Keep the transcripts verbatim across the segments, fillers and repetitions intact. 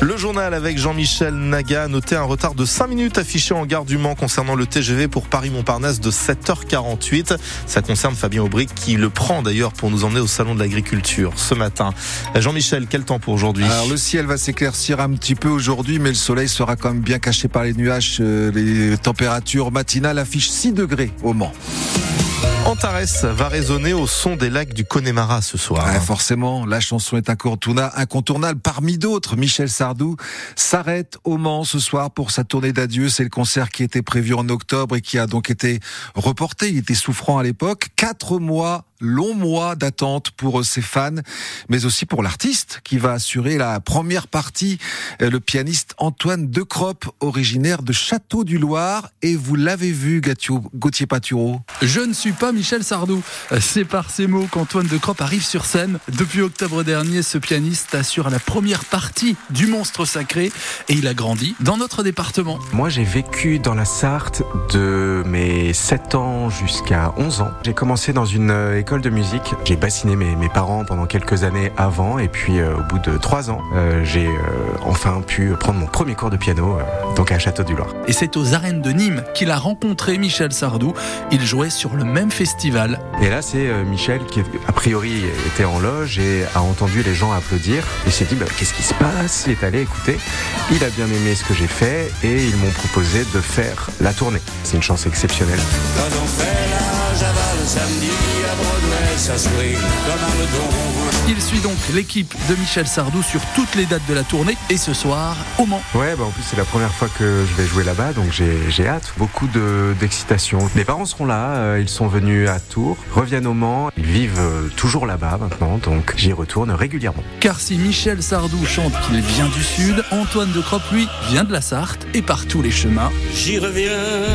Le journal avec Jean-Michel Naga a noté un retard de cinq minutes affiché en gare du Mans concernant le T G V pour Paris-Montparnasse de sept heures quarante-huit. Ça concerne Fabien Aubric qui le prend d'ailleurs pour nous emmener au salon de l'agriculture ce matin. Jean-Michel, quel temps pour aujourd'hui ? Alors le ciel va s'éclaircir un petit peu aujourd'hui, mais le soleil sera quand même bien caché par les nuages. Les températures matinales affichent six degrés au Mans. Antares va résonner au son des lacs du Connemara ce soir. Ouais, forcément, la chanson est incontournable parmi d'autres. Michel Sardou s'arrête au Mans ce soir pour sa tournée d'adieu. C'est le concert qui était prévu en octobre et qui a donc été reporté. Il était souffrant à l'époque. Quatre mois long mois d'attente pour ses fans, mais aussi pour l'artiste qui va assurer la première partie, le pianiste Antoine Decroppe, originaire de Château-du-Loir. Et vous l'avez vu, Gauthier Patureau. Je ne suis pas Michel Sardou. C'est par ces mots qu'Antoine Decroppe arrive sur scène. Depuis octobre dernier, ce pianiste assure la première partie du Monstre Sacré et il a grandi dans notre département. Moi, j'ai vécu dans la Sarthe de mes sept ans jusqu'à onze ans. J'ai commencé dans une école de musique. J'ai bassiné mes, mes parents pendant quelques années avant et puis euh, au bout de trois ans, euh, j'ai euh, enfin pu prendre mon premier cours de piano euh, donc à Château-du-Loir. Et c'est aux arènes de Nîmes qu'il a rencontré Michel Sardou. Il jouait sur le même festival. Et là, c'est euh, Michel qui, a priori, était en loge et a entendu les gens applaudir. Il s'est dit, bah, qu'est-ce qui se passe ? Il est allé écouter. Il a bien aimé ce que j'ai fait et ils m'ont proposé de faire la tournée. C'est une chance exceptionnelle. Quand on fait la Java le samedi à Broadway, ça swing comme un bedon. Il suit donc l'équipe de Michel Sardou sur toutes les dates de la tournée et ce soir au Mans. Ouais, bah en plus c'est la première fois que je vais jouer là-bas, donc j'ai, j'ai hâte, beaucoup de, d'excitation. Mes parents seront là, euh, ils sont venus à Tours, reviennent au Mans, ils vivent euh, toujours là-bas maintenant, donc j'y retourne régulièrement. Car si Michel Sardou chante qu'il vient du Sud, Antoine Decroppe, lui, vient de la Sarthe et par tous les chemins. J'y reviens.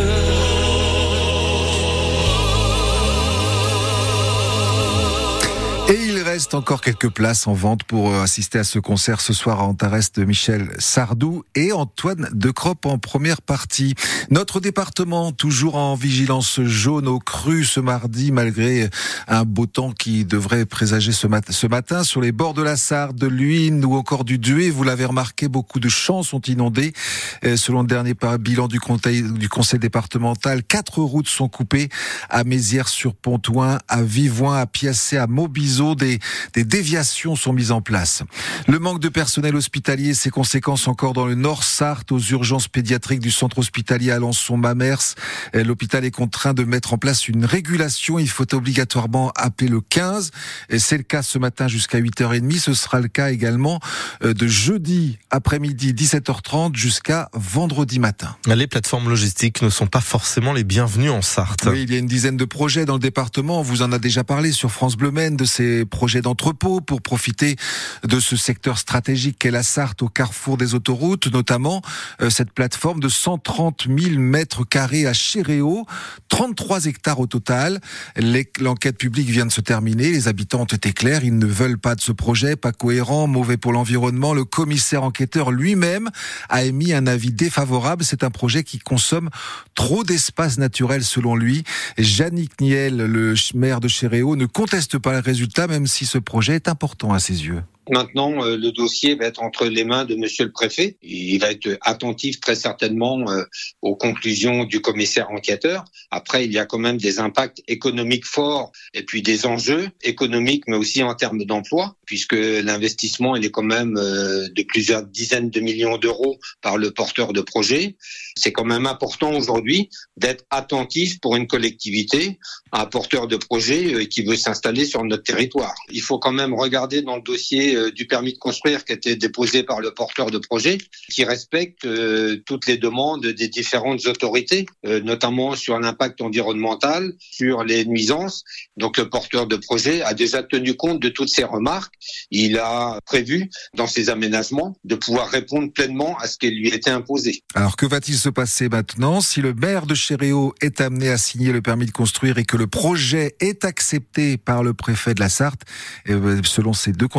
Et il reste encore quelques places en vente pour assister à ce concert ce soir à Antares de Michel Sardou et Antoine Decroppe en première partie. Notre département, toujours en vigilance jaune au cru ce mardi, malgré un beau temps qui devrait présager ce, mat- ce matin sur les bords de la Sarthe, de l'Huisne ou encore du Dué. Vous l'avez remarqué, beaucoup de champs sont inondés. Selon le dernier bilan du conseil, du conseil départemental, quatre routes sont coupées à Mézières-sur-Pontouin, à Vivoin, à Piacé, à Maubizo. Des, des déviations sont mises en place. Le manque de personnel hospitalier, ses conséquences encore dans le Nord Sarthe, aux urgences pédiatriques du centre hospitalier Alençon-Mamers. L'hôpital est contraint de mettre en place une régulation. Il faut obligatoirement appeler le quinze. Et c'est le cas ce matin jusqu'à huit heures trente. Ce sera le cas également de jeudi après-midi dix-sept heures trente jusqu'à vendredi matin. Les plateformes logistiques ne sont pas forcément les bienvenues en Sarthe. Oui, il y a une dizaine de projets dans le département. On vous en a déjà parlé sur France Bleu Maine de ces projets d'entrepôt pour profiter de ce secteur stratégique qu'est la Sarthe au carrefour des autoroutes, notamment euh, cette plateforme de cent trente mille mètres carrés à Chéréo, trente-trois hectares au total. Les, l'enquête publique vient de se terminer, les habitants ont été clairs, ils ne veulent pas de ce projet, pas cohérent, mauvais pour l'environnement. Le commissaire enquêteur lui-même a émis un avis défavorable. C'est un projet qui consomme trop d'espace naturel selon lui. Yannick Niel, le maire de Chéréo, ne conteste pas le résultat, même si ce projet est important à ses yeux. Maintenant, euh, le dossier va être entre les mains de monsieur le préfet. Il va être attentif très certainement euh, aux conclusions du commissaire enquêteur. Après, il y a quand même des impacts économiques forts et puis des enjeux économiques, mais aussi en termes d'emploi, puisque l'investissement, il est quand même euh, de plusieurs dizaines de millions d'euros par le porteur de projet. C'est quand même important aujourd'hui d'être attentif pour une collectivité, un porteur de projet euh, qui veut s'installer sur notre territoire. Il faut quand même regarder dans le dossier du permis de construire qui a été déposé par le porteur de projet, qui respecte euh, toutes les demandes des différentes autorités, euh, notamment sur l'impact environnemental, sur les nuisances. Donc le porteur de projet a déjà tenu compte de toutes ces remarques. Il a prévu dans ses aménagements de pouvoir répondre pleinement à ce qui lui était imposé. Alors que va-t-il se passer maintenant si le maire de Chéréo est amené à signer le permis de construire et que le projet est accepté par le préfet de la Sarthe? Et selon ces deux conditions, la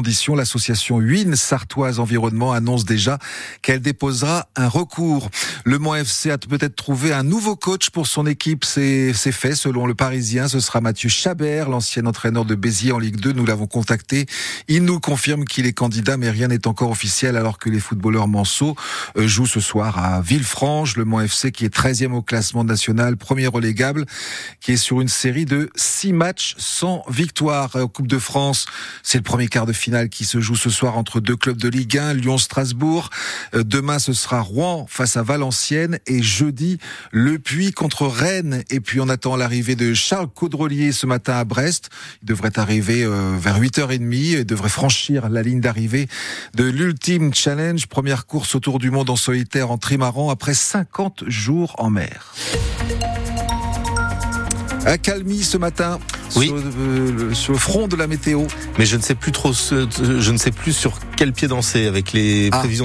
l'association Huyn Sartoise Environnement annonce déjà qu'elle déposera un recours. Le Mans F C a peut-être trouvé un nouveau coach pour son équipe. C'est, c'est fait selon le Parisien. Ce sera Mathieu Chabert, l'ancien entraîneur de Béziers en Ligue deux. Nous l'avons contacté. Il nous confirme qu'il est candidat, mais rien n'est encore officiel alors que les footballeurs manceaux jouent ce soir à Villefranche. Le Mans F C qui est treizième au classement national, premier relégable, qui est sur une série de six matchs sans victoire. En Coupe de France, c'est le premier quart de finale qui se joue ce soir entre deux clubs de Ligue un, Lyon-Strasbourg. Demain, ce sera Rouen face à Valenciennes et jeudi, Le Puy contre Rennes. Et puis, on attend l'arrivée de Charles Caudrelier ce matin à Brest. Il devrait arriver euh, vers huit heures trente et devrait franchir la ligne d'arrivée de l'Ultime Challenge, première course autour du monde en solitaire en trimaran après cinquante jours en mer. Accalmie ce matin. Oui. Sur, euh, sur le front de la météo. Mais je ne sais plus trop, ce, je ne sais plus sur quel pied danser avec les ah. prévisions